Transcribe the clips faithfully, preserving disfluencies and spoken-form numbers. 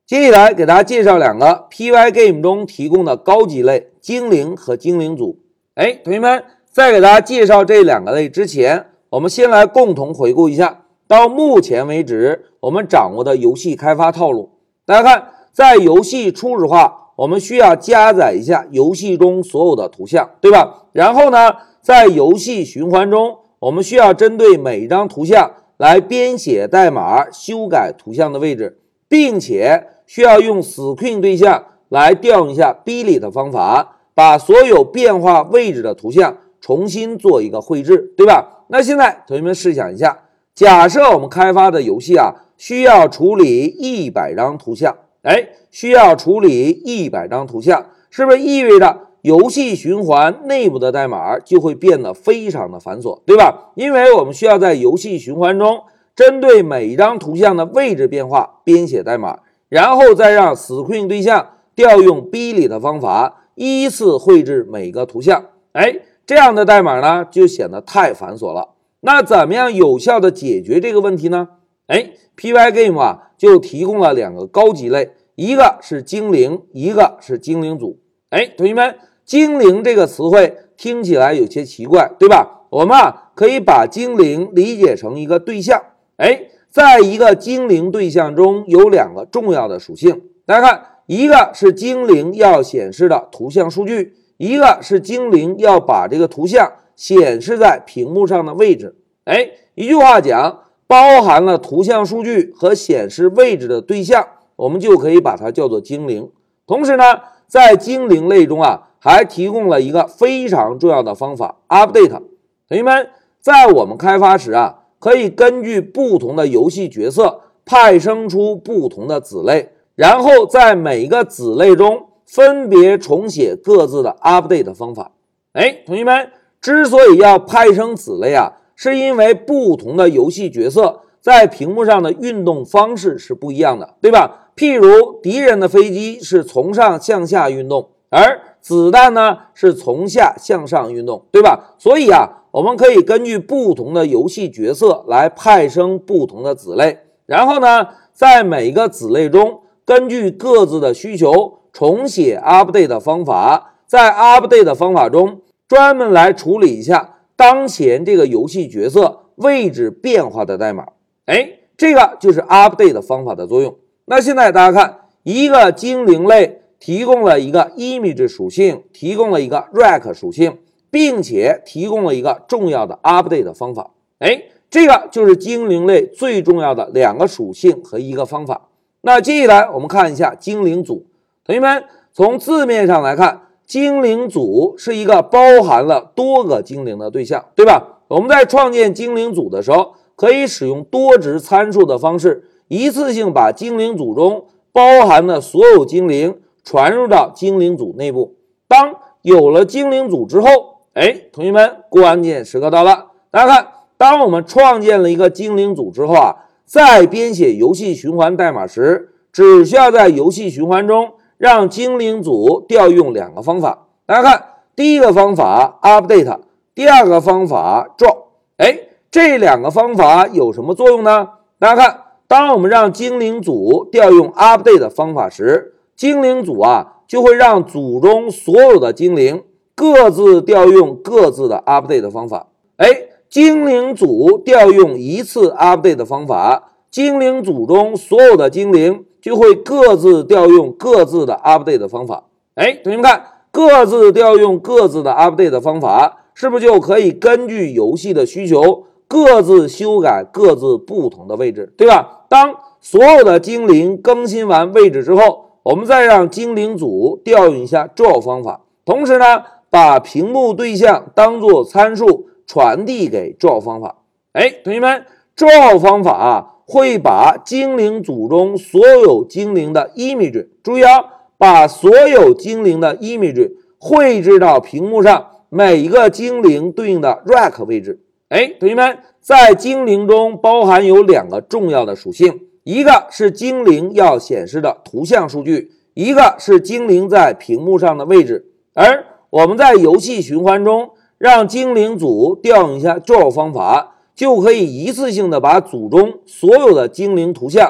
接下来给大家介绍两个 Pygame 中提供的高级类精灵和精灵组。哎，同学们，在给大家介绍这两个类之前，我们先来共同回顾一下到目前为止我们掌握的游戏开发套路。大家看，在游戏初始化，我们需要加载一下游戏中所有的图像，对吧？然后呢，在游戏循环中，我们需要针对每一张图像来编写代码，修改图像的位置，并且需要用 screen 对象来调用一下 billet 的方法，把所有变化位置的图像重新做一个绘制，对吧？那现在同学们试想一下，假设我们开发的游戏啊，需要处理一百张图像，哎，需要处理一百张图像，是不是意味着游戏循环内部的代码就会变得非常的繁琐，对吧？因为我们需要在游戏循环中针对每一张图像的位置变化编写代码，然后再让 screen 对象调用 billet 的方法依次绘制每个图像。哎，这样的代码呢就显得太繁琐了。那怎么样有效的解决这个问题呢？哎 ，Pygame 啊就提供了两个高级类，一个是精灵，一个是精灵组。哎，同学们，精灵这个词汇听起来有些奇怪，对吧？我们啊可以把精灵理解成一个对象。哎，在一个精灵对象中有两个重要的属性，大家看，一个是精灵要显示的图像数据，一个是精灵要把这个图像显示在屏幕上的位置。哎，一句话讲，包含了图像数据和显示位置的对象，我们就可以把它叫做精灵。同时呢，在精灵类中啊，还提供了一个非常重要的方法 update。同学们，在我们开发时啊，可以根据不同的游戏角色派生出不同的子类，然后在每一个子类中分别重写各自的 update 方法。哎，同学们，之所以要派生子类啊，是因为不同的游戏角色在屏幕上的运动方式是不一样的，对吧？譬如敌人的飞机是从上向下运动，而子弹呢是从下向上运动，对吧？所以啊，我们可以根据不同的游戏角色来派生不同的子类，然后呢，在每个子类中根据各自的需求重写 update 方法，在 update 方法中专门来处理一下当前这个游戏角色位置变化的代码。哎，这个就是 update 方法的作用。那现在大家看，一个精灵类提供了一个 image 属性，提供了一个 rack 属性，并且提供了一个重要的 update 方法。哎，这个就是精灵类最重要的两个属性和一个方法。那接下来我们看一下精灵组。同学们，从字面上来看，精灵组是一个包含了多个精灵的对象，对吧？我们在创建精灵组的时候，可以使用多值参数的方式，一次性把精灵组中包含的所有精灵传入到精灵组内部。当有了精灵组之后，哎，同学们，关键时刻到了。大家看，当我们创建了一个精灵组之后啊，在编写游戏循环代码时，只需要在游戏循环中让精灵组调用两个方法。大家看，第一个方法 update， 第二个方法 draw。哎，这两个方法有什么作用呢？大家看，当我们让精灵组调用 update 方法时，精灵组啊就会让组中所有的精灵各自调用各自的 update 方法。哎，精灵组调用一次 update 方法，精灵组中所有的精灵就会各自调用各自的 update 方法。哎，同学们看，各自调用各自的 update 方法，是不是就可以根据游戏的需求各自修改各自不同的位置，对吧？当所有的精灵更新完位置之后，我们再让精灵组调用一下 draw 方法，同时呢，把屏幕对象当做参数传递给 draw 方法。哎，同学们， draw 方法啊会把精灵组中所有精灵的 image， 注意啊，把所有精灵的 image 绘制到屏幕上每一个精灵对应的 rack 位置。哎，同学们，在精灵中包含有两个重要的属性，一个是精灵要显示的图像数据，一个是精灵在屏幕上的位置。而我们在游戏循环中让精灵组调用一下 draw 方法，就可以一次性的把组中所有的精灵图像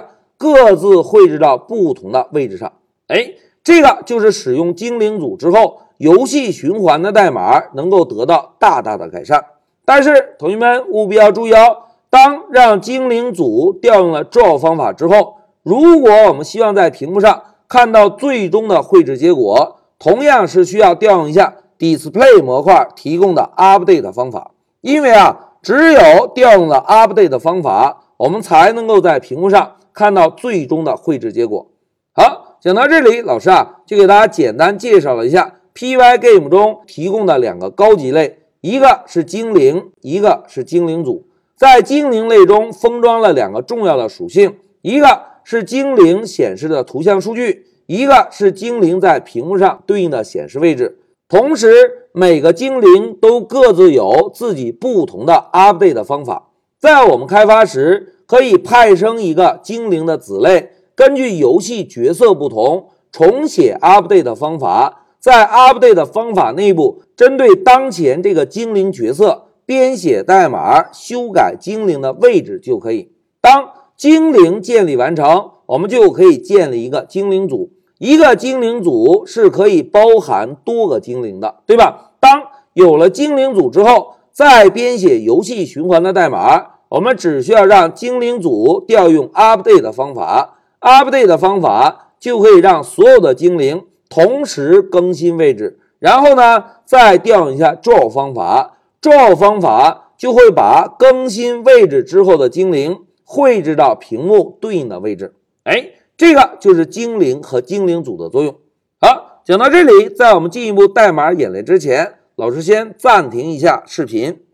各自绘制到不同的位置上。哎，这个就是使用精灵组之后，游戏循环的代码能够得到大大的改善。但是同学们务必要注意哦，当让精灵组调用了 draw 方法之后，如果我们希望在屏幕上看到最终的绘制结果，同样是需要调用一下 display 模块提供的 update 方法。因为啊，只有调用了 update 方法，我们才能够在屏幕上看到最终的绘制结果。好，讲到这里，老师啊就给大家简单介绍了一下 Pygame 中提供的两个高级类，一个是精灵，一个是精灵组。在精灵类中封装了两个重要的属性，一个是精灵显示的图像数据，一个是精灵在屏幕上对应的显示位置。同时每个精灵都各自有自己不同的 update 方法，在我们开发时可以派生一个精灵的子类，根据游戏角色不同重写 update 方法，在 update 方法内部针对当前这个精灵角色编写代码修改精灵的位置就可以。当精灵建立完成，我们就可以建立一个精灵组。一个精灵组是可以包含多个精灵的，对吧？当有了精灵组之后，再编写游戏循环的代码，我们只需要让精灵组调用 update 方法， update 方法就可以让所有的精灵同时更新位置，然后呢再调用一下 draw 方法， draw 方法就会把更新位置之后的精灵绘制到屏幕对应的位置。哎，这个就是精灵和精灵组的作用。好，讲到这里，在我们进一步代码演练之前，老师先暂停一下视频。